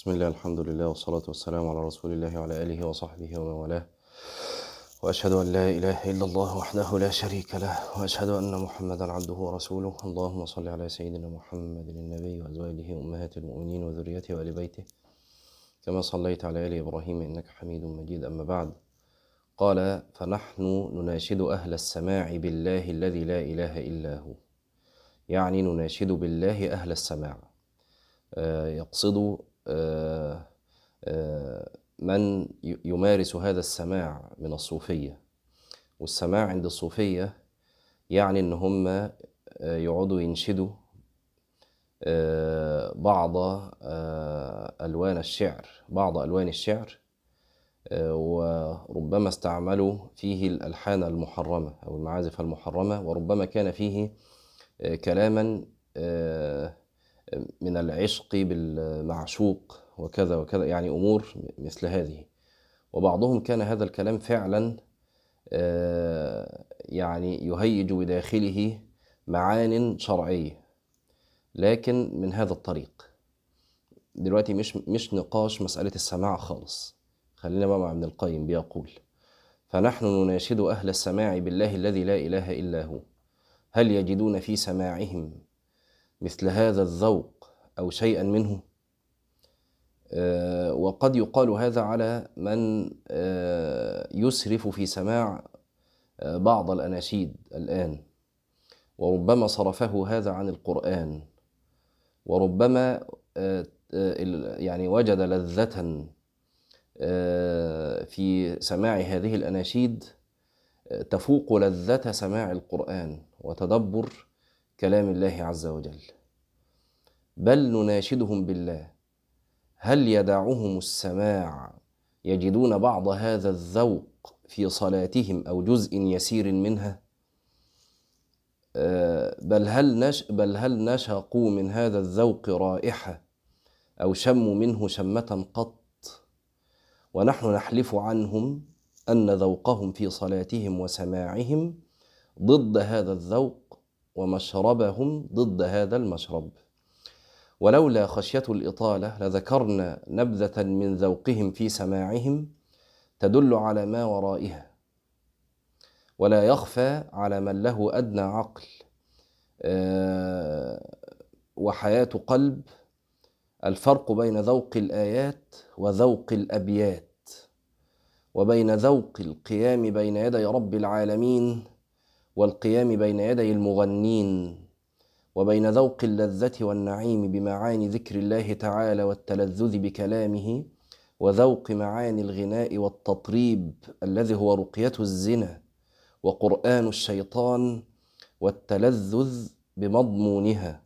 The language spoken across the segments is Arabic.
بسم الله، الحمد لله، والصلاة والسلام على رسول الله وعلى آله وصحبه ومن والاه، وأشهد أن لا إله إلا الله وحده لا شريك له، وأشهد أن محمدا عبده ورسوله. اللهم صل على سيدنا محمد النبي وأزواجه أمهات المؤمنين وذريته وآل بيته كما صليت على آل إبراهيم إنك حميد مجيد. أما بعد، قال: فنحن نناشد أهل السماع بالله الذي لا إله إلا هو، يعني نناشد بالله أهل السماع. يقصد من يمارس هذا السماع من الصوفية. والسماع عند الصوفية يعني إن هم يقعدوا ينشدوا بعض ألوان الشعر، وربما استعملوا فيه الألحان المحرمة أو المعازف المحرمة، وربما كان فيه كلاما من العشق بالمعشوق وكذا وكذا، يعني أمور مثل هذه. وبعضهم كان هذا الكلام فعلا يعني يهيج بداخله معان شرعية، لكن من هذا الطريق. دلوقتي مش نقاش مسألة السماع خالص. خلينا بقى مع ابن القيم بيقول: فنحن نناشد أهل السماع بالله الذي لا إله إلا هو، هل يجدون في سماعهم مثل هذا الذوق أو شيئا منه؟ وقد يقال هذا على من يسرف في سماع بعض الأناشيد الآن، وربما صرفه هذا عن القرآن، وربما يعني وجد لذة في سماع هذه الأناشيد تفوق لذة سماع القرآن وتدبر كلام الله عز وجل. بل نناشدهم بالله، هل يدعهم السماع يجدون بعض هذا الذوق في صلاتهم أو جزء يسير منها؟ بل هل نشقوا من هذا الذوق رائحة أو شموا منه شمة قط؟ ونحن نحلف عنهم أن ذوقهم في صلاتهم وسماعهم ضد هذا الذوق، ومشربهم ضد هذا المشرب. ولولا خشية الإطالة لذكرنا نبذة من ذوقهم في سماعهم تدل على ما ورائها، ولا يخفى على من له أدنى عقل وحياة قلب الفرق بين ذوق الآيات وذوق الأبيات، وبين ذوق القيام بين يدي رب العالمين والقيام بين يدي المغنين، وبين ذوق اللذة والنعيم بمعاني ذكر الله تعالى والتلذذ بكلامه، وذوق معاني الغناء والتطريب الذي هو رقية الزنا وقرآن الشيطان والتلذذ بمضمونها.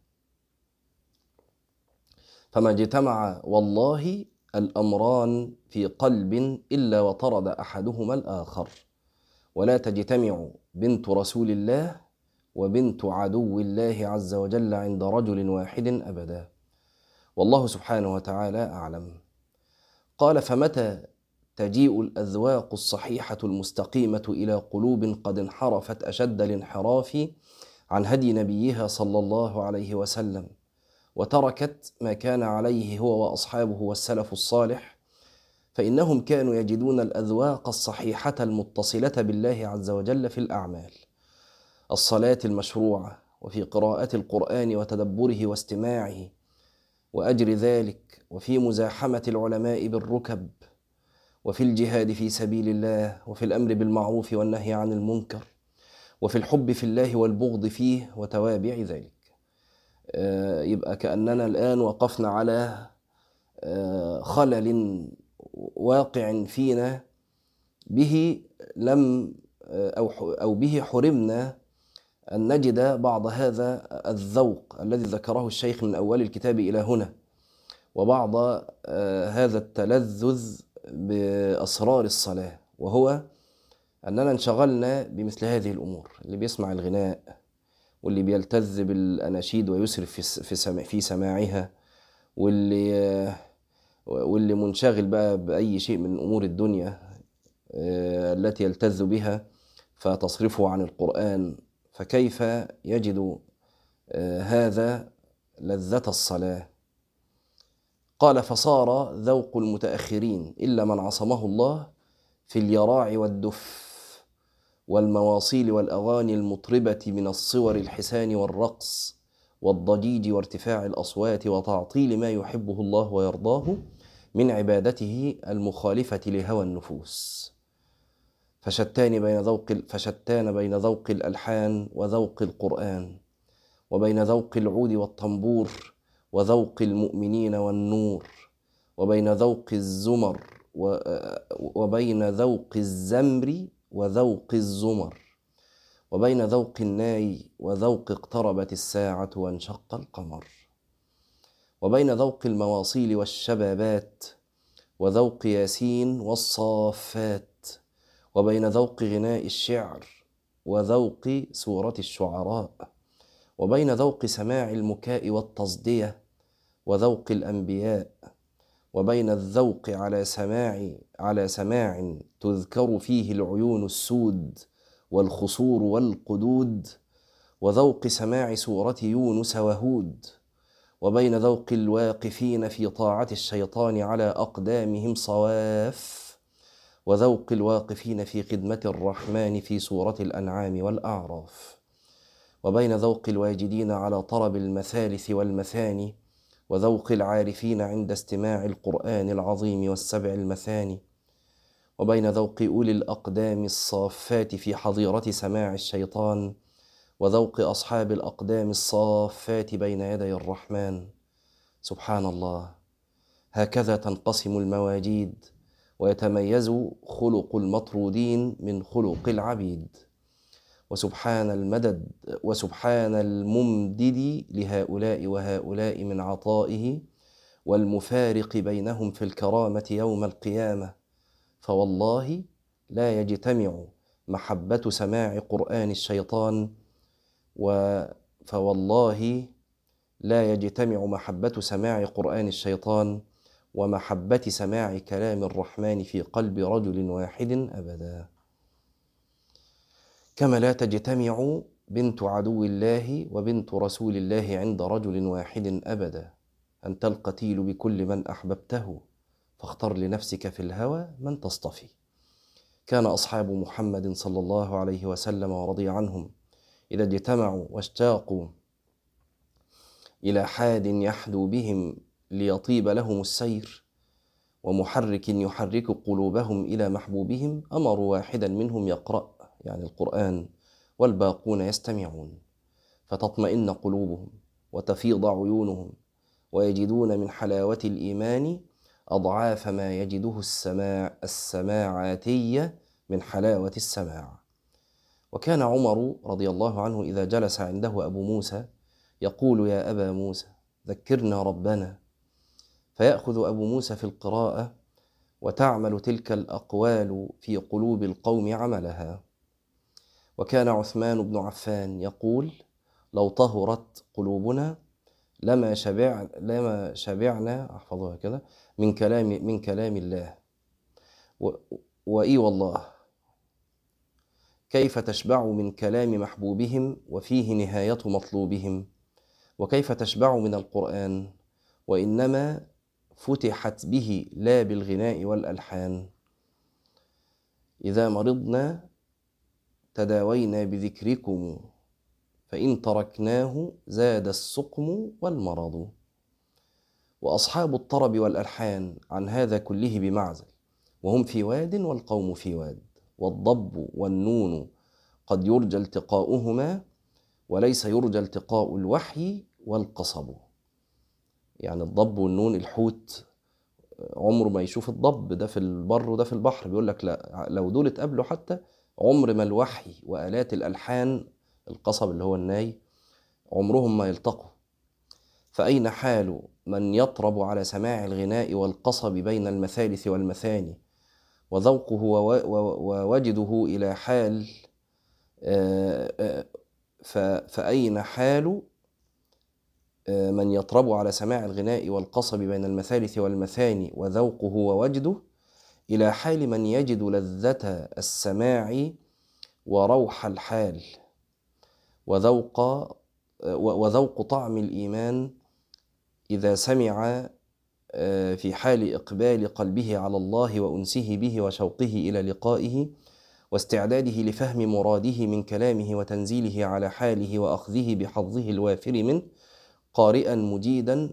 فما اجتمع والله الأمران في قلب إلا وطرد أحدهما الآخر، ولا تجتمع بنت رسول الله وبنت عدو الله عز وجل عند رجل واحد أبدا، والله سبحانه وتعالى أعلم. قال: فمتى تجيء الأذواق الصحيحة المستقيمة إلى قلوب قد انحرفت أشد الانحراف عن هدي نبيها صلى الله عليه وسلم، وتركت ما كان عليه هو وأصحابه والسلف الصالح، فإنهم كانوا يجدون الأذواق الصحيحة المتصلة بالله عز وجل في الأعمال، الصلاة المشروعة، وفي قراءة القرآن وتدبره واستماعه وأجر ذلك، وفي مزاحمة العلماء بالركب، وفي الجهاد في سبيل الله، وفي الأمر بالمعروف والنهي عن المنكر، وفي الحب في الله والبغض فيه وتوابع ذلك. يبقى كأننا الآن وقفنا على خلل واقع فينا به لم أو به حرمنا أن نجد بعض هذا الذوق الذي ذكره الشيخ من أول الكتاب إلى هنا، وبعض هذا التلذذ بأسرار الصلاة، وهو أننا انشغلنا بمثل هذه الأمور. اللي بيسمع الغناء، واللي بيلتذ بالأناشيد ويسرف في سماعها، واللي منشغل بقى بأي شيء من أمور الدنيا التي يلتذ بها فتصرفه عن القرآن، فكيف يجد هذا لذة الصلاة؟ قال: فصار ذوق المتأخرين إلا من عصمه الله في اليراع والدف والمواصيل والأغاني المطربة من الصور الحسان والرقص والضجيج وارتفاع الأصوات وتعطيل ما يحبه الله ويرضاه من عبادته المخالفة لهوى النفوس. فشتان بين ذوق الألحان وذوق القرآن، وبين ذوق العود والطنبور وذوق المؤمنين والنور، وبين ذوق الزمر وبين ذوق الزمر وذوق الزمر، وبين ذوق الناي وذوق اقتربت الساعة وانشق القمر، وبين ذوق المواصيل والشبابات وذوق ياسين والصافات، وبين ذوق غناء الشعر وذوق سورة الشعراء، وبين ذوق سماع المكاء والتصدية وذوق الأنبياء، وبين الذوق على سماع تذكر فيه العيون السود والخصور والقدود، وذوق سماع سورة يونس وهود، وبين ذوق الواقفين في طاعة الشيطان على أقدامهم صواف، وذوق الواقفين في خدمة الرحمن في سورة الأنعام والأعراف، وبين ذوق الواجدين على طرب المثالث والمثاني، وذوق العارفين عند استماع القرآن العظيم والسبع المثاني، وبين ذوق أولي الأقدام الصافات في حظيرة سماع الشيطان، وذوق أصحاب الأقدام الصافات بين يدي الرحمن. سبحان الله، هكذا تنقسم المواجيد، ويتميز خلق المطرودين من خلق العبيد. وسبحان الممدد لهؤلاء وهؤلاء من عطائه، والمفارق بينهم في الكرامة يوم القيامة. فوالله لا يجتمع محبة سماع قرآن الشيطان ومحبة سماع كلام الرحمن في قلب رجل واحد أبدا، كما لا تجتمع بنت عدو الله وبنت رسول الله عند رجل واحد أبدا. أنت القتيل بكل من أحببته، فاختر لنفسك في الهوى من تصطفي. كان أصحاب محمد صلى الله عليه وسلم ورضي عنهم إذا اجتمعوا واشتاقوا إلى حاد يحدو بهم ليطيب لهم السير، ومحرك يحرك قلوبهم إلى محبوبهم، أمروا واحدا منهم يقرأ يعني القرآن، والباقون يستمعون، فتطمئن قلوبهم وتفيض عيونهم، ويجدون من حلاوة الإيمان أضعاف ما يجده السماعاتي من حلاوة السماع. وكان عمر رضي الله عنه إذا جلس عنده أبو موسى يقول: يا أبا موسى ذكرنا ربنا، فيأخذ أبو موسى في القراءة، وتعمل تلك الأقوال في قلوب القوم عملها. وكان عثمان بن عفان يقول: لو طهرت قلوبنا لما شبعنا أحفظها كده من كلام الله. وإي والله، كيف تشبع من كلام محبوبهم وفيه نهاية مطلوبهم؟ وكيف تشبع من القرآن وإنما فتحت به لا بالغناء والألحان؟ إذا مرضنا تداوينا بذكركم، فإن تركناه زاد السقم والمرض. وأصحاب الطرب والألحان عن هذا كله بمعزل، وهم في واد والقوم في واد، والضب والنون قد يرجى التقاؤهما، وليس يرجى التقاء الوحي والقصب. يعني الضب والنون، الحوت عمره ما يشوف الضب ده في البر وده في البحر، بيقول لك لا، لو دول اتقابلوا حتى عمر ما الوحي وآلات الألحان، القصب اللي هو الناي، عمرهم ما يلتقوا. فأين حال من يطرب على سماع الغناء والقصب بين المثالث والمثاني، وذوقه ووجده إلى حال فأين حال من يطرب على سماع الغناء والقصب بين المثالث والمثاني وذوقه ووجده إلى حال من يجد لذة السماع وروح الحال وذوق طعم الإيمان إذا سمع في حال إقبال قلبه على الله وأنسه به وشوقه إلى لقائه واستعداده لفهم مراده من كلامه وتنزيله على حاله وأخذه بحظه الوافر منه، قارئا مجيدا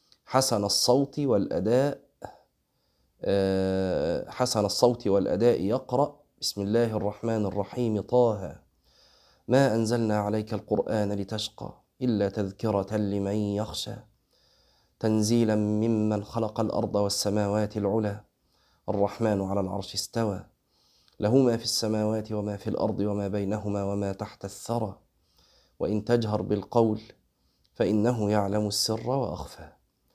حسن الصوت والأداء يقرأ: بسم الله الرحمن الرحيم، طه ما أنزلنا عليك القرآن لتشقى إلا تذكرة لمن يخشى، تنزيلا ممن خلق الأرض والسماوات العلى، الرحمن على العرش استوى، له ما في السماوات وما في الأرض وما بينهما وما تحت الثرى، وإن تجهر بالقول فإنه يعلم السر وأخفى.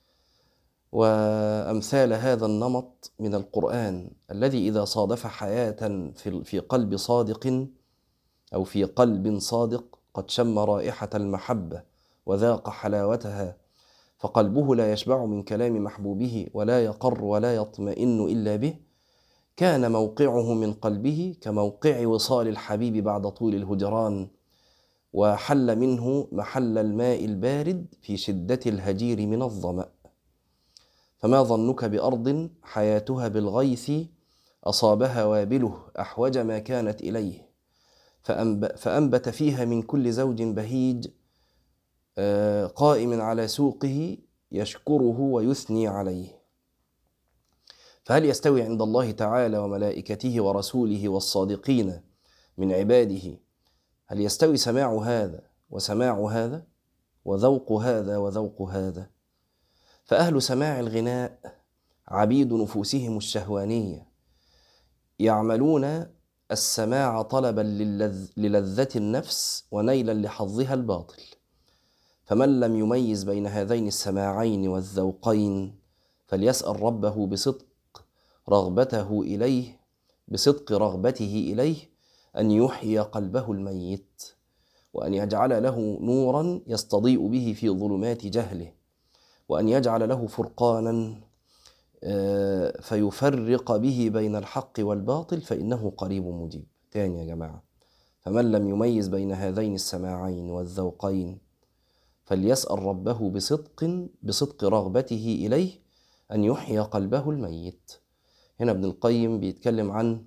وأمثال هذا النمط من القرآن الذي إذا صادف حياة في قلب صادق أو في قلب صادق قد شم رائحة المحبة وذاق حلاوتها، فقلبه لا يشبع من كلام محبوبه ولا يقر ولا يطمئن إلا به، كان موقعه من قلبه كموقع وصال الحبيب بعد طول الهجران، وحل منه محل الماء البارد في شدة الهجير من الظمأ. فما ظنك بأرض حياتها بالغيث أصابها وابله أحوج ما كانت إليه، فأنبت فيها من كل زوج بهيج قائم على سوقه يشكره ويثني عليه. فهل يستوي عند الله تعالى وملائكته ورسوله والصادقين من عباده، هل يستوي سماع هذا وسماع هذا، وذوق هذا وذوق هذا؟ فأهل سماع الغناء عبيد نفوسهم الشهوانية، يعملون السماع طلبا للذة النفس ونيلا لحظها الباطل. فمن لم يميز بين هذين السماعين والذوقين فليسأل ربه بصدق رغبته إليه أن يحيي قلبه الميت، وأن يجعل له نورا يستضيء به في ظلمات جهله، وأن يجعل له فرقانا فيفرق به بين الحق والباطل، فإنه قريب مجيب. تاني يا جماعة، فمن لم يميز بين هذين السماعين والذوقين فليسأل ربه بصدق رغبته إليه أن يحيي قلبه الميت. هنا ابن القيم بيتكلم عن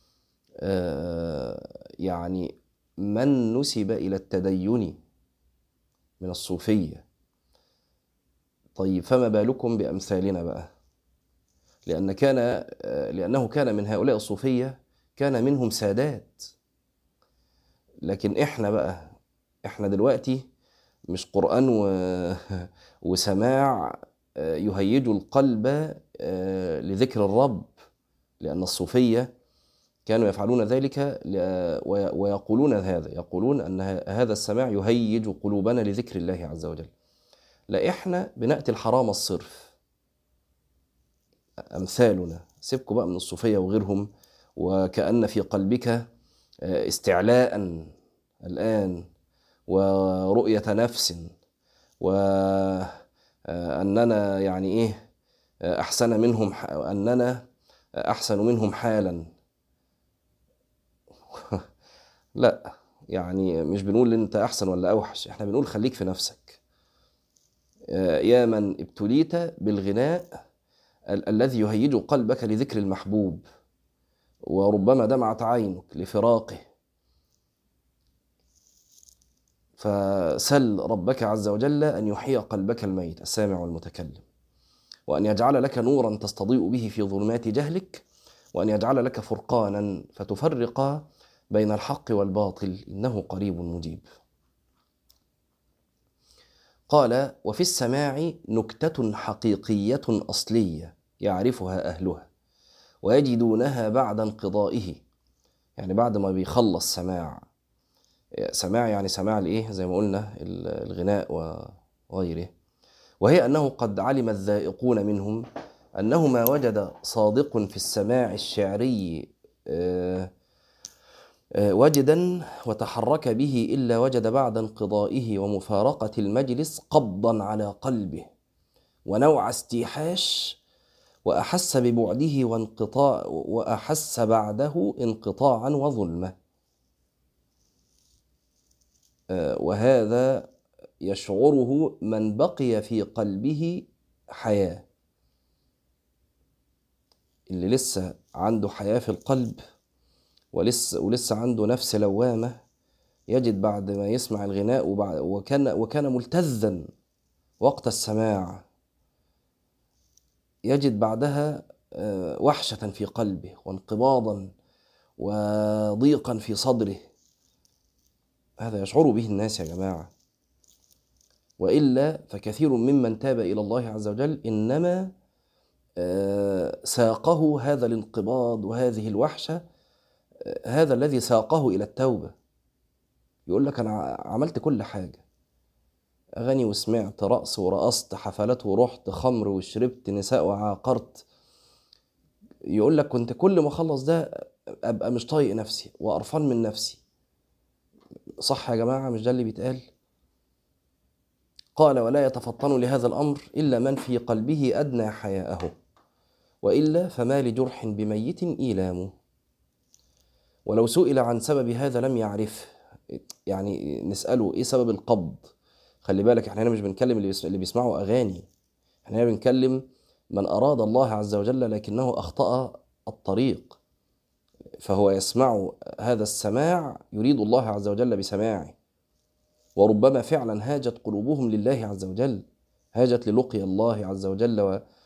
يعني من نسب إلى التدين من الصوفية. طيب فما بالكم بأمثالنا بقى؟ لأنه كان من هؤلاء الصوفية كان منهم سادات، لكن إحنا دلوقتي مش قرآن وسماع يهيج القلب لذكر الرب، لأن الصوفية كانوا يفعلون ذلك ويقولون يقولون أن هذا السماع يهيج قلوبنا لذكر الله عز وجل. لا، إحنا بنأتي الحرام الصرف. أمثالنا، سيبكوا بقى من الصوفية وغيرهم، وكأن في قلبك استعلاء الآن ورؤية نفس، وأننا يعني إيه أننا أحسن منهم حالا. لا، يعني مش بنقول أنت أحسن ولا أوحش، إحنا بنقول خليك في نفسك. يا من ابتليت بالغناء الذي يهيج قلبك لذكر المحبوب، وربما دمعت عينك لفراقه، فسل ربك عز وجل أن يحيي قلبك الميت السامع والمتكلم، وأن يجعل لك نورا تستضيء به في ظلمات جهلك، وأن يجعل لك فرقانا فتفرق بين الحق والباطل، إنه قريب مجيب. قال: وفي السماع نكتة حقيقية أصلية يعرفها أهلها ويجدونها بعد انقضائه، يعني بعد ما بيخلص سماع يعني سماع الإيه زي ما قلنا الغناء وغيره، وهي أنه قد علم الذائقون منهم أنه ما وجد صادق في السماع الشعري وجدا وتحرك به إلا وجد بعد انقضائه ومفارقة المجلس قبضا على قلبه ونوع استيحاش، وأحس ببعده وأحس بعده انقطاعا وظلمة. وهذا يشعره من بقي في قلبه حياة، اللي لسه عنده حياة في القلب ولسه عنده نفس لوامة، يجد بعد ما يسمع الغناء وكان ملتذا وقت السماع، يجد بعدها وحشة في قلبه وانقباضا وضيقا في صدره. هذا يشعر به الناس يا جماعة. وإلا فكثير ممن تاب إلى الله عز وجل إنما ساقه هذا الانقباض وهذه الوحشة، هذا الذي ساقه إلى التوبة. يقول لك أنا عملت كل حاجة، أغاني وسمعت، رقص ورقصت، حفلات ورحت، خمر وشربت، نساء وعاقرت. يقول لك كنت كل ما أخلص ده أبقى مش طايق نفسي وقرفان من نفسي. صح يا جماعة؟ مش ده اللي بيتقال؟ قال ولا يتفطن لهذا الأمر إلا من في قلبه أدنى حياءه، وإلا فما لجرح بميت إيلام. ولو سئل عن سبب هذا لم يعرف. يعني نسأله إيه سبب القبض؟ خلي بالك احنا هنا مش بنكلم اللي بيسمعوا أغاني، احنا هنا بنكلم من أراد الله عز وجل لكنه أخطأ الطريق، فهو يسمع هذا السماع يريد الله عز وجل بسماعه، وربما فعلا هاجت قلوبهم لله عز وجل، هاجت للقي الله عز وجل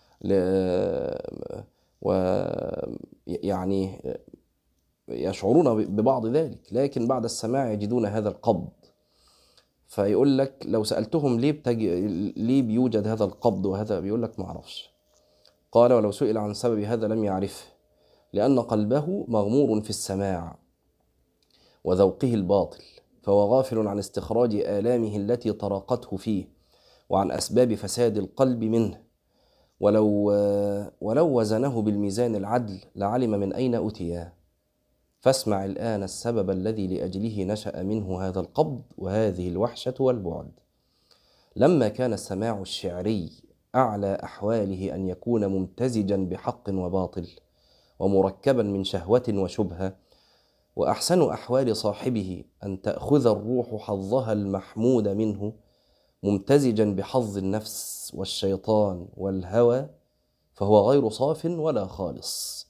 و يعني يشعرون ببعض ذلك، لكن بعد السماع يجدون هذا القبض. فيقول لك لو سألتهم ليه بيوجد هذا القبض وهذا، بيقول لك ما اعرفش. قال ولو سئل عن سبب هذا لم يعرفه، لأن قلبه مغمور في السماع وذوقه الباطل، فهو غافل عن استخراج آلامه التي طرقته فيه وعن أسباب فساد القلب منه. ولو وزنه بالميزان العدل لعلم من أين أتيا. فاسمع الآن السبب الذي لأجله نشأ منه هذا القبض وهذه الوحشة والبعد. لما كان السماع الشعري أعلى أحواله أن يكون ممتزجا بحق وباطل ومركبا من شهوة وشبهة، وأحسن أحوال صاحبه أن تأخذ الروح حظها المحمود منه ممتزجا بحظ النفس والشيطان والهوى، فهو غير صاف ولا خالص.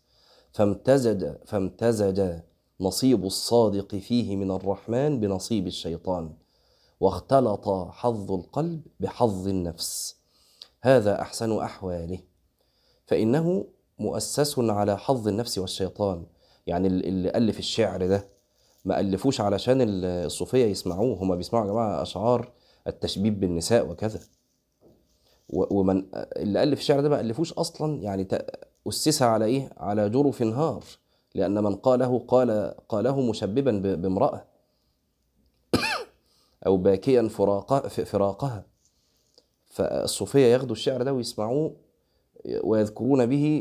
فامتزج نصيب الصادق فيه من الرحمن بنصيب الشيطان، واختلط حظ القلب بحظ النفس. هذا أحسن أحواله، فإنه مؤسس على حظ النفس والشيطان. يعني اللي ألف الشعر ده ما ألفوش علشان الصوفية يسمعوه، هما بيسمعوا يا جماعة أشعار التشبيب بالنساء وكذا. ومن اللي ألف الشعر ده ما ألفوش أصلا، يعني أسس على إيه؟ على جرف نهار، لأن من قاله مشببا بامرأة أو باكيا فراقها. فالصوفية ياخدوا الشعر ده ويسمعوه ويذكرون به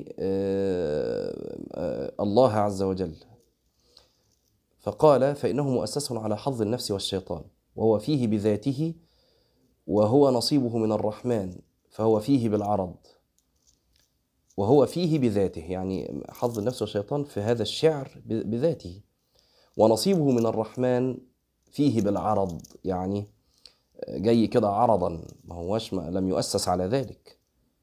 الله عز وجل. فقال فإنه مؤسس على حظ النفس والشيطان، وهو فيه بذاته، وهو نصيبه من الرحمن، فهو فيه بالعرض، وهو فيه بذاته. يعني حظ النفس والشيطان في هذا الشعر بذاته، ونصيبه من الرحمن فيه بالعرض، يعني جاي كده عرضا، ما هوش لم يؤسس على ذلك.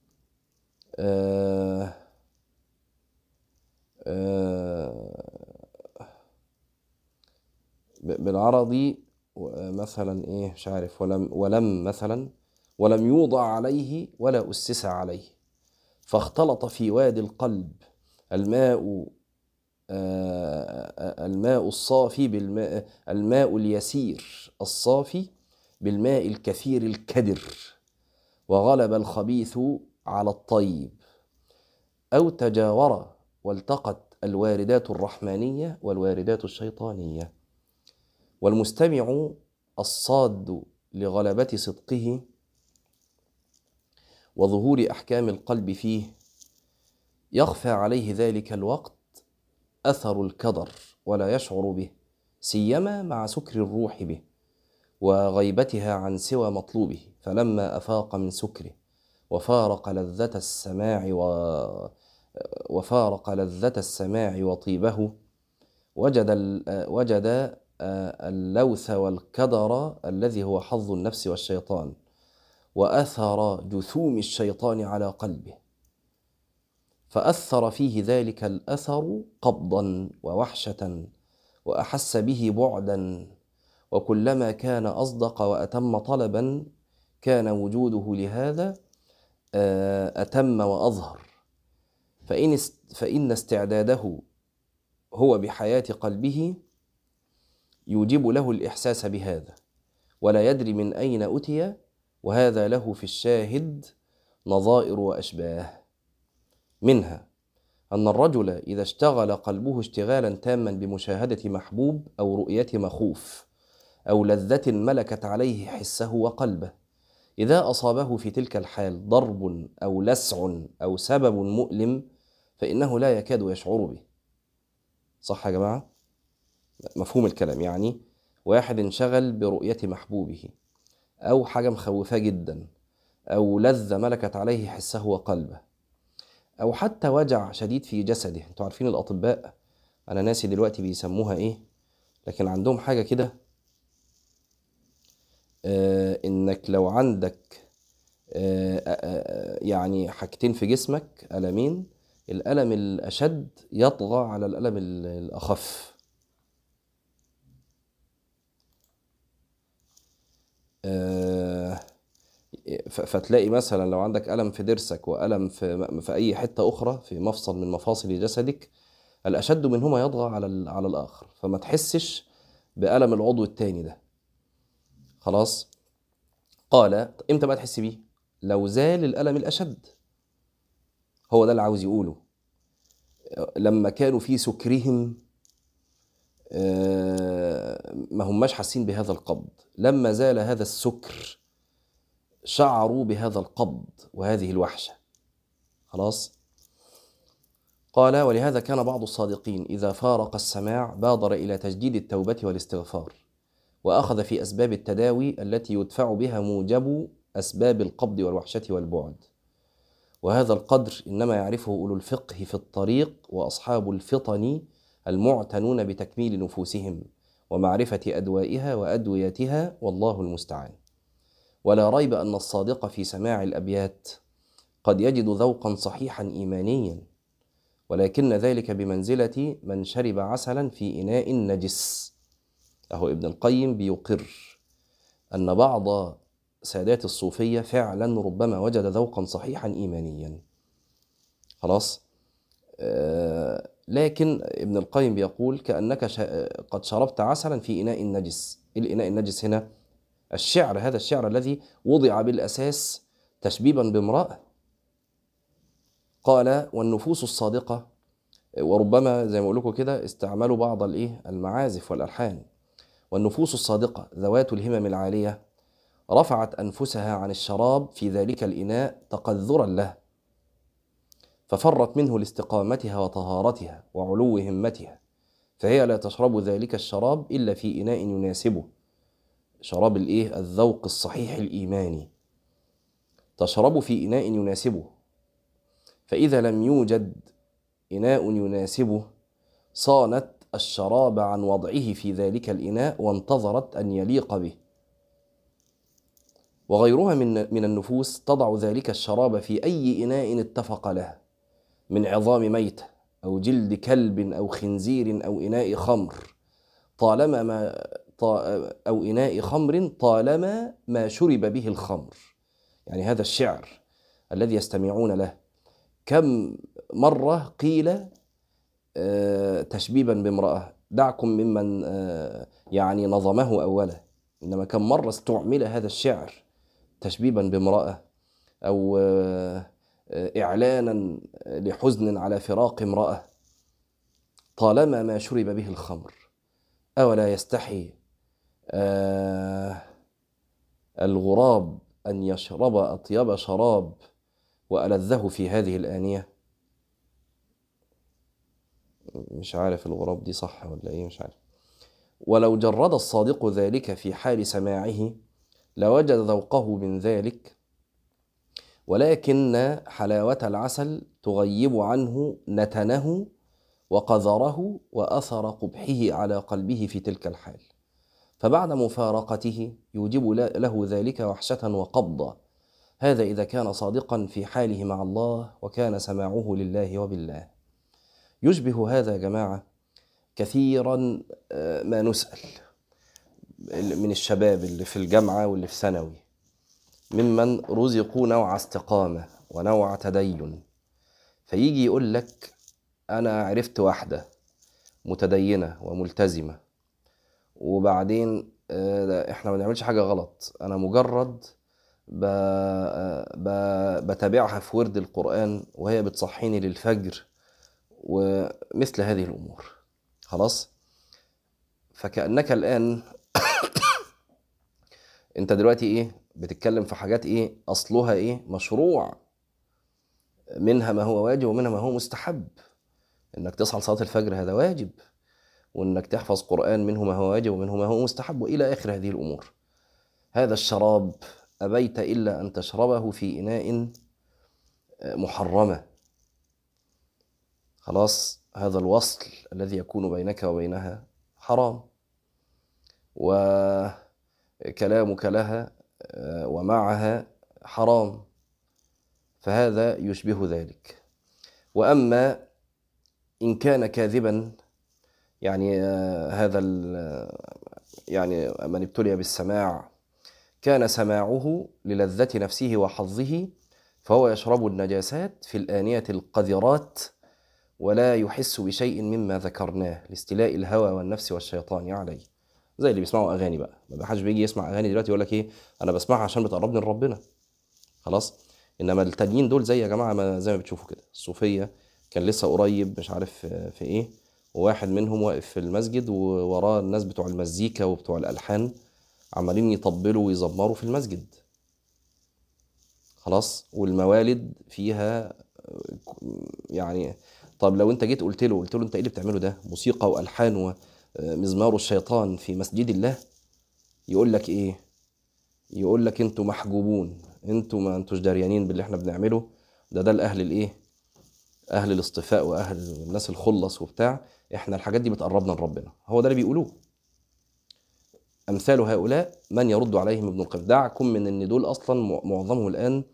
بالعرض مثلا ايه مش عارف، ولم مثلا ولم يوضع عليه ولا أسس عليه، فاختلط في وادي القلب الماء الصافي بالماء، الماء اليسير الصافي بالماء الكثير الكدر، وغلب الخبيث على الطيب، أو تجاور والتقت الواردات الرحمانية والواردات الشيطانية. والمستمع الصاد لغلبة صدقه وظهور أحكام القلب فيه يخفى عليه ذلك الوقت أثر الكدر ولا يشعر به، سيما مع سكر الروح به وغيبتها عن سوى مطلوبه. فلما أفاق من سكره وفارق لذة السماع وطيبه، وجد اللوث والكدر الذي هو حظ النفس والشيطان، وأثر جثوم الشيطان على قلبه، فأثر فيه ذلك الأثر قبضا ووحشة، وأحس به بعدا، وكلما كان أصدق وأتم طلبا كان وجوده لهذا أتم وأظهر. فإن استعداده هو بحياة قلبه يوجب له الإحساس بهذا، ولا يدري من أين أتي، وهذا له في الشاهد نظائر وأشباه. منها أن الرجل إذا اشتغل قلبه اشتغالا تاما بمشاهدة محبوب أو رؤية مخوف أو لذة ملكت عليه حسه وقلبه، إذا أصابه في تلك الحال ضرب أو لسع أو سبب مؤلم فإنه لا يكاد يشعر به. صح يا جماعة؟ مفهوم الكلام؟ يعني واحد انشغل برؤية محبوبه، أو حاجة مخوفاه جدا، أو لذة ملكت عليه حسه وقلبه، أو حتى وجع شديد في جسده. انتوا عارفين الأطباء، أنا ناسي دلوقتي بيسموها إيه، لكن عندهم حاجة كده، إنك لو عندك يعني حاجتين في جسمك، ألمين، الألم الأشد يطغى على الألم الأخف. فتلاقي مثلا لو عندك ألم في ضرسك وألم في أي حتة أخرى في مفصل من مفاصل جسدك، الأشد منهما يطغى على الآخر، فما تحسش بألم العضو التاني ده. خلاص؟ قال إمتى بقى تحس بيه؟ لو زال الألم الأشد. هو ده اللي عاوز يقوله. لما كانوا في سكرهم ما هماش حاسين بهذا القبض، لما زال هذا السكر شعروا بهذا القبض وهذه الوحشة. خلاص؟ قال ولهذا كان بعض الصادقين إذا فارق السماع بادر إلى تجديد التوبة والاستغفار، وأخذ في أسباب التداوي التي يدفع بها موجب أسباب القبض والوحشة والبعد. وهذا القدر إنما يعرفه أولو الفقه في الطريق وأصحاب الفطن المعتنون بتكميل نفوسهم ومعرفة أدوائها وأدويتها، والله المستعان. ولا ريب أن الصادق في سماع الأبيات قد يجد ذوقا صحيحا إيمانيا، ولكن ذلك بمنزلة من شرب عسلا في إناء نجس. أهو ابن القيم بيقر أن بعض سادات الصوفية فعلا ربما وجد ذوقا صحيحا إيمانيا. خلاص؟ لكن ابن القيم بيقول كأنك قد شربت عسلا في إناء نجس. الإناء النجس هنا الشعر، هذا الشعر الذي وضع بالأساس تشبيبا بامرأة. قال والنفوس الصادقة، وربما زي ما أقول لكم كده استعملوا بعض المعازف والألحان. والنفوس الصادقة ذوات الهمم العالية رفعت أنفسها عن الشراب في ذلك الإناء تقذرا له، ففرت منه لاستقامتها وطهارتها وعلو همتها، فهي لا تشرب ذلك الشراب إلا في إناء يناسبه، شراب الذوق الصحيح الإيماني، تشرب في إناء يناسبه. فإذا لم يوجد إناء يناسبه صانت الشراب عن وضعه في ذلك الإناء وانتظرت أن يليق به. وغيرها من النفوس تضع ذلك الشراب في أي إناء اتفق له، من عظام ميتة أو جلد كلب أو خنزير أو إناء خمر، أو إناء خمر طالما ما شرب به الخمر. يعني هذا الشعر الذي يستمعون له كم مرة قيل تشبيبا بامرأة، دعكم ممن يعني نظمه أولا، إنما كم مرة استعمل هذا الشعر تشبيبا بامرأة، أو إعلانا لحزن على فراق امرأة، طالما ما شرب به الخمر. أولا يستحي الغراب أن يشرب أطيب شراب وألذه في هذه الآنية؟ مش عارف الغراب دي صح ولا إيه، مش عارف. ولو جرد الصادق ذلك في حال سماعه لوجد ذوقه من ذلك، ولكن حلاوة العسل تغيب عنه نتنه وقذره وأثر قبحه على قلبه في تلك الحال، فبعد مفارقته يوجب له ذلك وحشة وقبضة، هذا إذا كان صادقا في حاله مع الله وكان سماعه لله وبالله. يشبه هذا يا جماعة كثيرا ما نسأل من الشباب اللي في الجامعة واللي في ثانوي، ممن رزقوا نوع استقامة ونوع تدين، فيجي يقول لك أنا عرفت واحدة متدينة وملتزمة، وبعدين إحنا ما بنعملش حاجة غلط، أنا مجرد بتابعها في ورد القرآن وهي بتصحيني للفجر ومثل هذه الأمور. خلاص، فكأنك الآن أنت دلوقتي إيه بتتكلم في حاجات إيه أصلها إيه مشروع، منها ما هو واجب ومنها ما هو مستحب. إنك تصحى لصلاة الفجر هذا واجب، وإنك تحفظ قرآن منه ما هو واجب ومنه ما هو مستحب، وإلى آخر هذه الأمور. هذا الشراب أبيت إلا أن تشربه في إناء محرمة. خلاص، هذا الوصل الذي يكون بينك وبينها حرام، وكلامك لها ومعها حرام، فهذا يشبه ذلك. وأما إن كان كاذبا، يعني هذا يعني من ابتلي بالسماع كان سماعه للذة نفسه وحظه، فهو يشرب النجاسات في الآنية القذرات ولا يحس بشيء مما ذكرناه لاستيلاء الهوى والنفس والشيطان عليه. زي اللي بيسمعوا أغاني بقى، ما حدش بيجي يسمع أغاني دلوقتي يقول لك إيه أنا بسمعها عشان بتقربني لربنا. خلاص، إنما التانيين دول زي يا جماعة زي ما بتشوفوا كده الصوفية. كان لسه قريب مش عارف في إيه، وواحد منهم واقف في المسجد ووراه الناس بتوع المزيكا وبتوع الألحان عمالين يطبلوا ويزمروا في المسجد. خلاص، والموالد فيها يعني. طب لو انت جيت قلت له انت ايه اللي بتعمله ده، موسيقى والحان ومزمار الشيطان في مسجد الله، يقول لك ايه؟ يقول لك انتوا محجوبون، انتوا ما انتوش دريانين باللي احنا بنعمله، ده الاهل الايه، اهل الاصطفاء واهل الناس الخلص وبتاع، احنا الحاجات دي بتقربنا لربنا. هو ده اللي بيقولوه. امثال هؤلاء من يرد عليهم ابن القيم. دعكم من ان دول اصلا معظمهم الان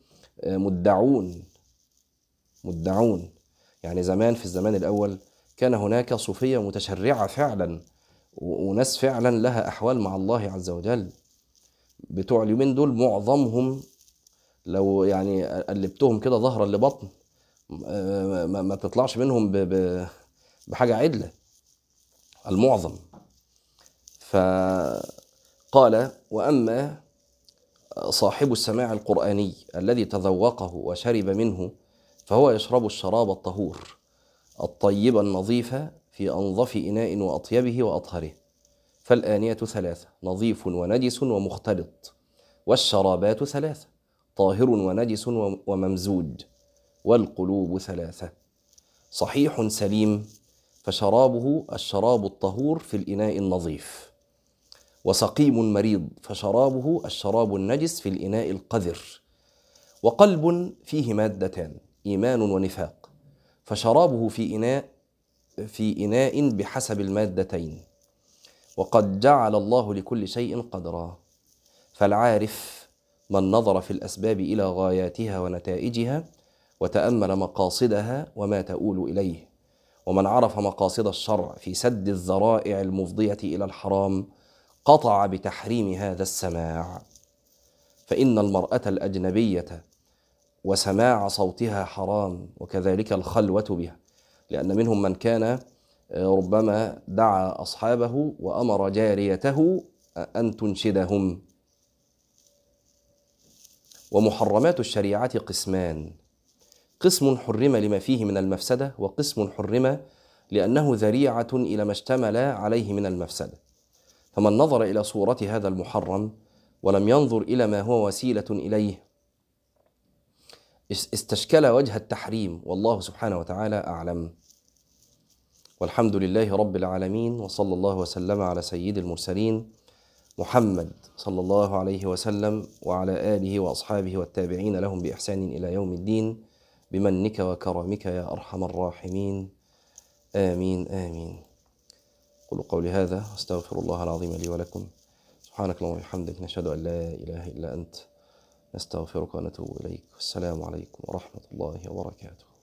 مدعون. يعني زمان في الزمان الأول كان هناك صوفية متشرعة فعلا، وناس فعلا لها أحوال مع الله عز وجل. بتوع اليومين دول معظمهم لو يعني قلبتهم كده ظهرا لبطن ما تطلعش منهم بحاجة عدلة، المعظم. فقال وأما صاحب السماع القرآني الذي تذوقه وشرب منه فهو يشرب الشراب الطهور الطيب النظيف في أنظف إناء وأطيبه وأطهره. فالآنية ثلاثة: نظيف ونجس ومختلط. والشرابات ثلاثة: طاهر ونجس وممزوج. والقلوب ثلاثة: صحيح سليم فشرابه الشراب الطهور في الإناء النظيف، وسقيم مريض فشرابه الشراب النجس في الإناء القذر. وقلب فيه مادتان إيمان ونفاق فشرابه في إناء بحسب المادتين. وقد جعل الله لكل شيء قدرا. فالعارف من نظر في الأسباب إلى غاياتها ونتائجها وتأمل مقاصدها وما تؤول إليه، ومن عرف مقاصد الشرع في سد الذرائع المفضية إلى الحرام قطع بتحريم هذا السماع. فإن المرأة الأجنبية وسماع صوتها حرام، وكذلك الخلوة بها، لأن منهم من كان ربما دعا أصحابه وأمر جاريته أن تنشدهم. ومحرمات الشريعة قسمان: قسم حرم لما فيه من المفسدة، وقسم حرم لأنه ذريعة إلى ما اشتمل عليه من المفسدة. فمن نظر إلى صورة هذا المحرم ولم ينظر إلى ما هو وسيلة إليه استشكل وجه التحريم، والله سبحانه وتعالى أعلم. والحمد لله رب العالمين، وصلى الله وسلم على سيد المرسلين محمد صلى الله عليه وسلم وعلى آله وأصحابه والتابعين لهم بإحسان إلى يوم الدين بمنك وكرمك يا أرحم الراحمين. آمين آمين. قولوا قولي هذا واستغفر الله العظيم لي ولكم. سبحانك اللهم وبحمدك، نشهد أن لا إله إلا أنت، نستغفرك ونتوب إليك. والسلام عليكم ورحمة الله وبركاته.